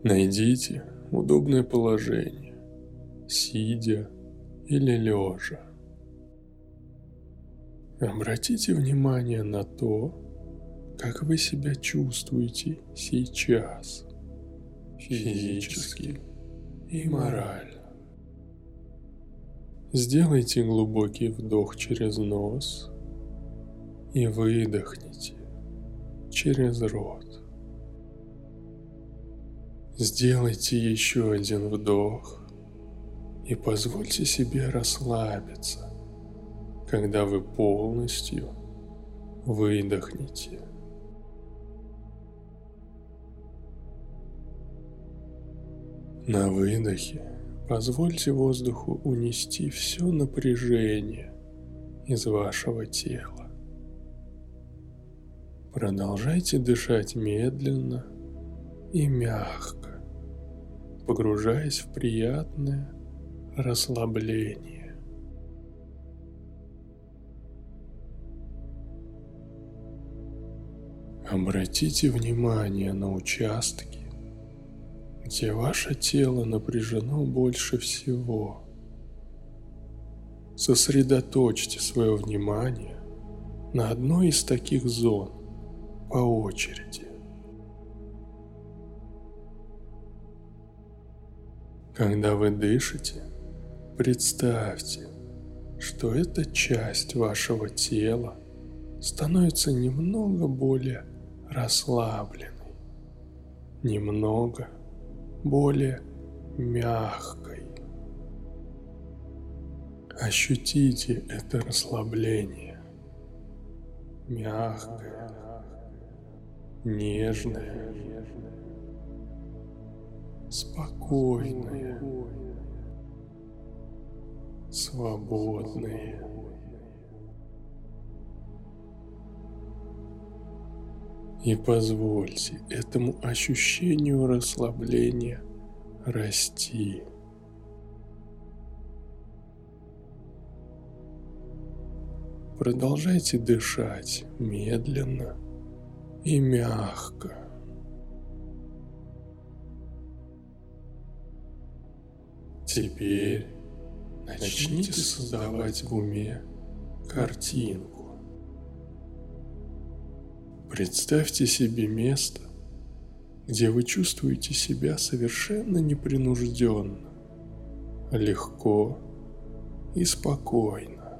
Найдите удобное положение, сидя или лежа. Обратите внимание на то, как вы себя чувствуете сейчас, физически и морально. Сделайте глубокий вдох через нос и выдохните через рот. Сделайте еще один вдох и позвольте себе расслабиться, когда вы полностью выдохнете. На выдохе позвольте воздуху унести все напряжение из вашего тела. Продолжайте дышать медленно и мягко, погружаясь в приятное расслабление. Обратите внимание на участки, где ваше тело напряжено больше всего. Сосредоточьте свое внимание на одной из таких зон по очереди. Когда вы дышите, представьте, что эта часть вашего тела становится немного более расслабленной, немного более мягкой. Ощутите это расслабление. Мягкое, нежное, спокойное, свободное. И позвольте этому ощущению расслабления расти. Продолжайте дышать медленно и мягко. Теперь начните создавать в уме картинку. Представьте себе место, где вы чувствуете себя совершенно непринужденно, легко и спокойно.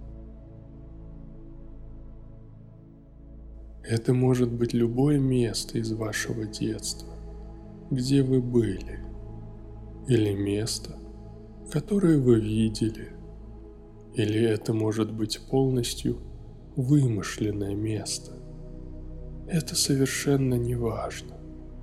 Это может быть любое место из вашего детства, где вы были, или место, которое вы видели, или это может быть полностью вымышленное место. Это совершенно не важно.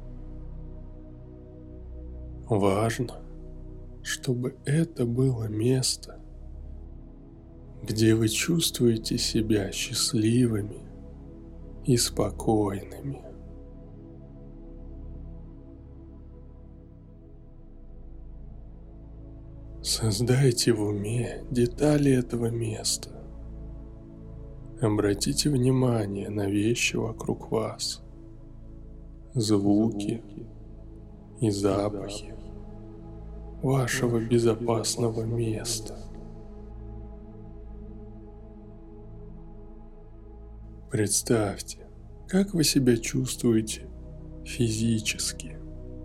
Важно, чтобы это было место, где вы чувствуете себя счастливыми и спокойными. Создайте в уме детали этого места. Обратите внимание на вещи вокруг вас, звуки и запахи вашего безопасного места. Представьте, как вы себя чувствуете физически.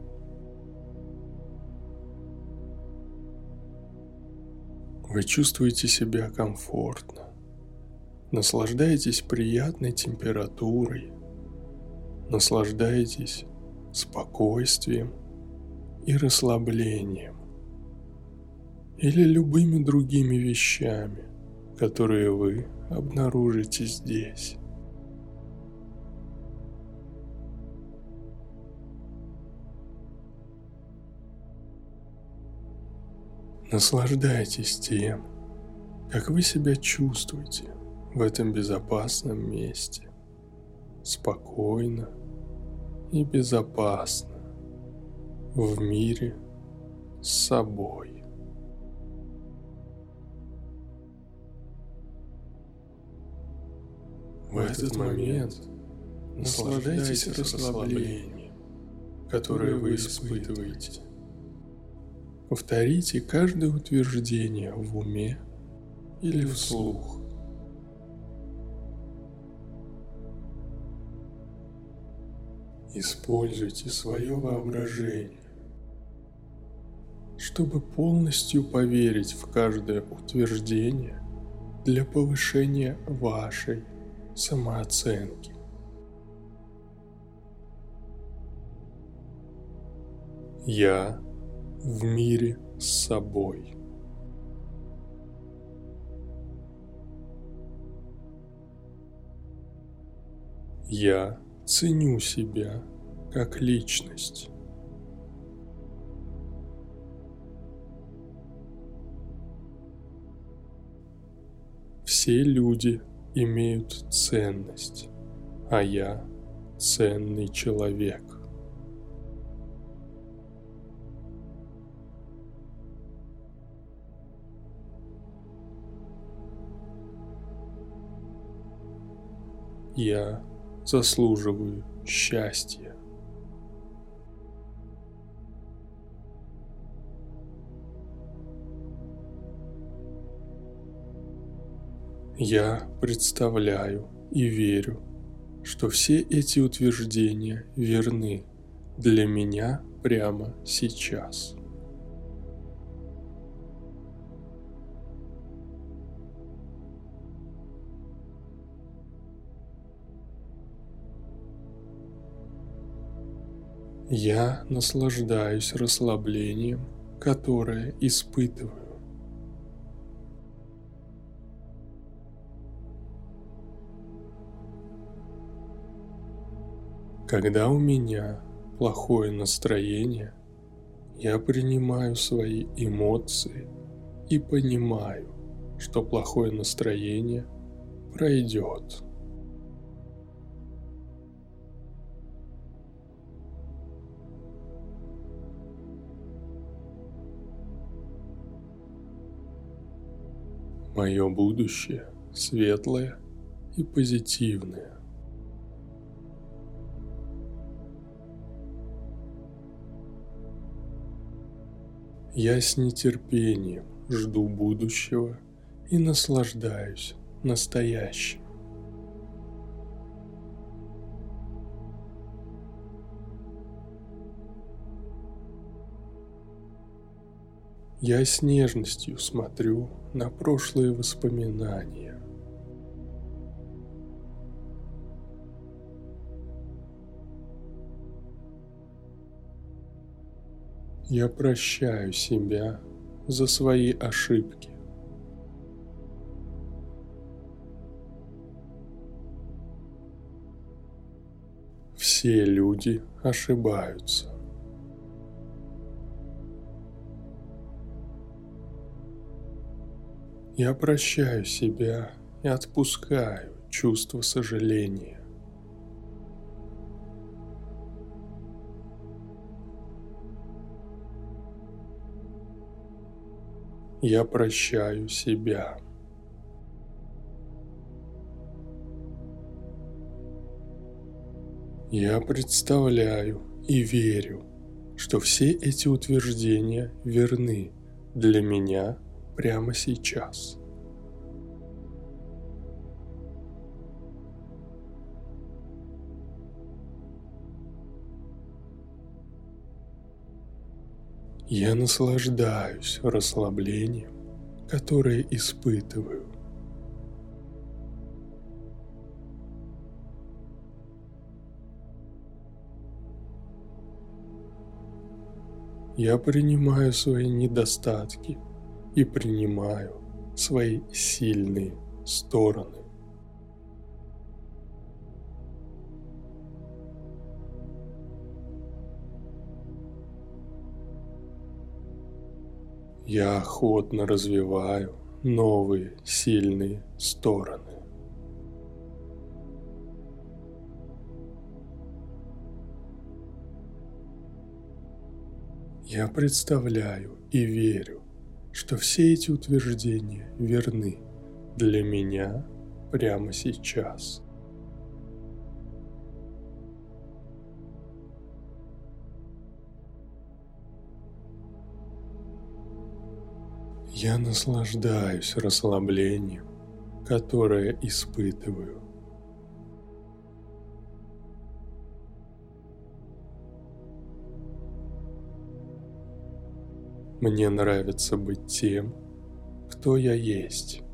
Вы чувствуете себя комфортно. Наслаждаетесь приятной температурой, наслаждаетесь спокойствием и расслаблением, или любыми другими вещами, которые вы обнаружите здесь. Наслаждайтесь тем, как вы себя чувствуете в этом безопасном месте, спокойно и безопасно, в мире с собой. В этот момент наслаждайтесь расслаблением, которое вы испытываете. Повторите каждое утверждение в уме или вслух. Используйте свое воображение, чтобы полностью поверить в каждое утверждение для повышения вашей самооценки. Я в мире с собой. Я ценю себя как личность. Все люди имеют ценность, а я ценный человек. Я заслуживаю счастья. Я представляю и верю, что все эти утверждения верны для меня прямо сейчас. Я наслаждаюсь расслаблением, которое испытываю. Когда у меня плохое настроение, я принимаю свои эмоции и понимаю, что плохое настроение пройдет. Мое будущее светлое и позитивное. Я с нетерпением жду будущего и наслаждаюсь настоящим. Я с нежностью смотрю на прошлые воспоминания. Я прощаю себя за свои ошибки. Все люди ошибаются. Я прощаю себя и отпускаю чувство сожаления. Я прощаю себя. Я представляю и верю, что все эти утверждения верны для меня прямо сейчас. Я наслаждаюсь расслаблением, которое испытываю. Я принимаю свои недостатки и принимаю свои сильные стороны. Я охотно развиваю новые сильные стороны. Я представляю и верю, что все эти утверждения верны для меня прямо сейчас. Я наслаждаюсь расслаблением, которое испытываю. Мне нравится быть тем, кто я есть.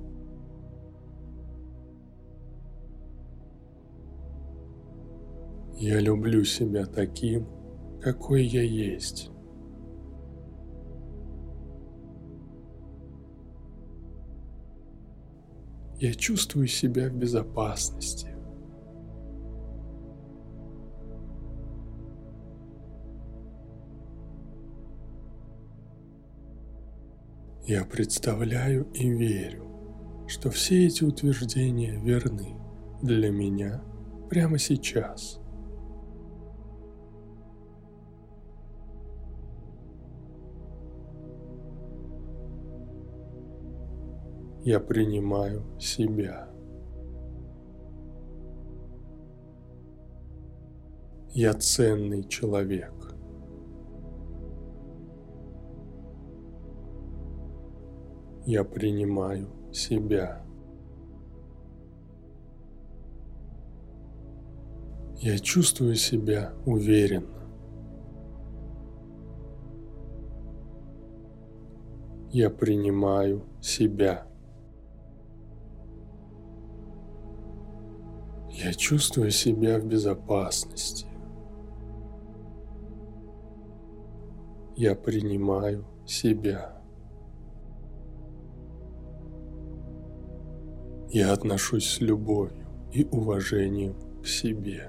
Я люблю себя таким, какой я есть. Я чувствую себя в безопасности. Я представляю и верю, что все эти утверждения верны для меня прямо сейчас. Я принимаю себя. Я ценный человек. Я принимаю себя. Я чувствую себя уверенно. Я принимаю себя. Я чувствую себя в безопасности. Я принимаю себя. Я отношусь с любовью и уважением к себе.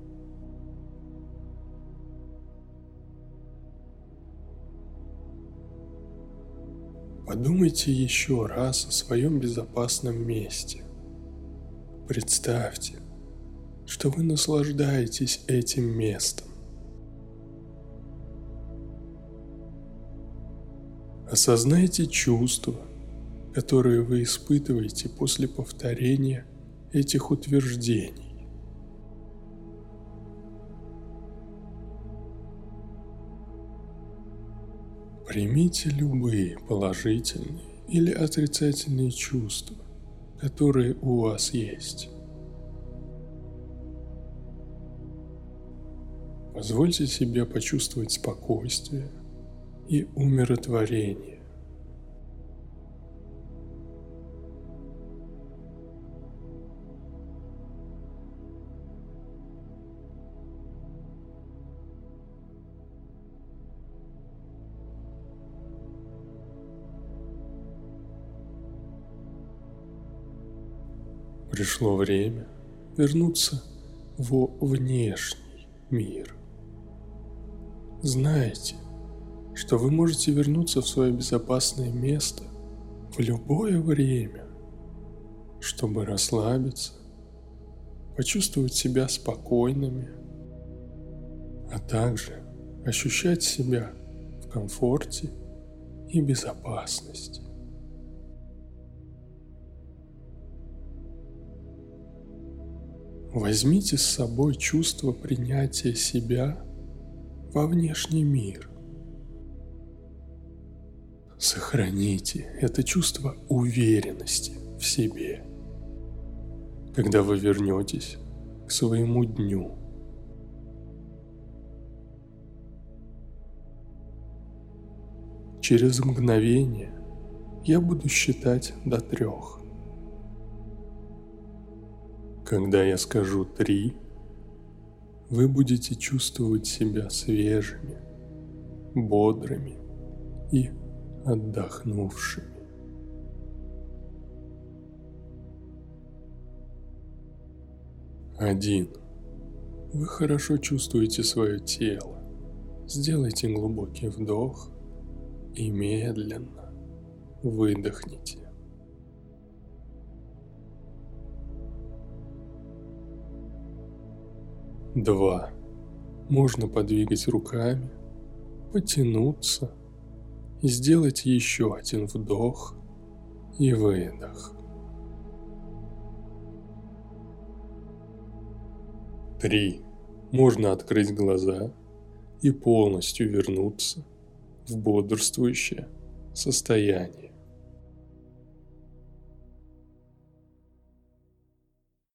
Подумайте еще раз о своем безопасном месте. Представьте, что вы наслаждаетесь этим местом. Осознайте чувства, которые вы испытываете после повторения этих утверждений. Примите любые положительные или отрицательные чувства, которые у вас есть. Позвольте себе почувствовать спокойствие и умиротворение. Пришло время вернуться во внешний мир. Знайте, что вы можете вернуться в свое безопасное место в любое время, чтобы расслабиться, почувствовать себя спокойными, а также ощущать себя в комфорте и безопасности. Возьмите с собой чувство принятия себя во внешний мир. Сохраните это чувство уверенности в себе, когда вы вернетесь к своему дню. Через мгновение я буду считать до 3. Когда я скажу 3, вы будете чувствовать себя свежими, бодрыми и отдохнувшими. 1. Вы хорошо чувствуете свое тело. Сделайте глубокий вдох и медленно выдохните. 2. Можно подвигать руками, потянуться и сделать еще один вдох и выдох. 3. Можно открыть глаза и полностью вернуться в бодрствующее состояние.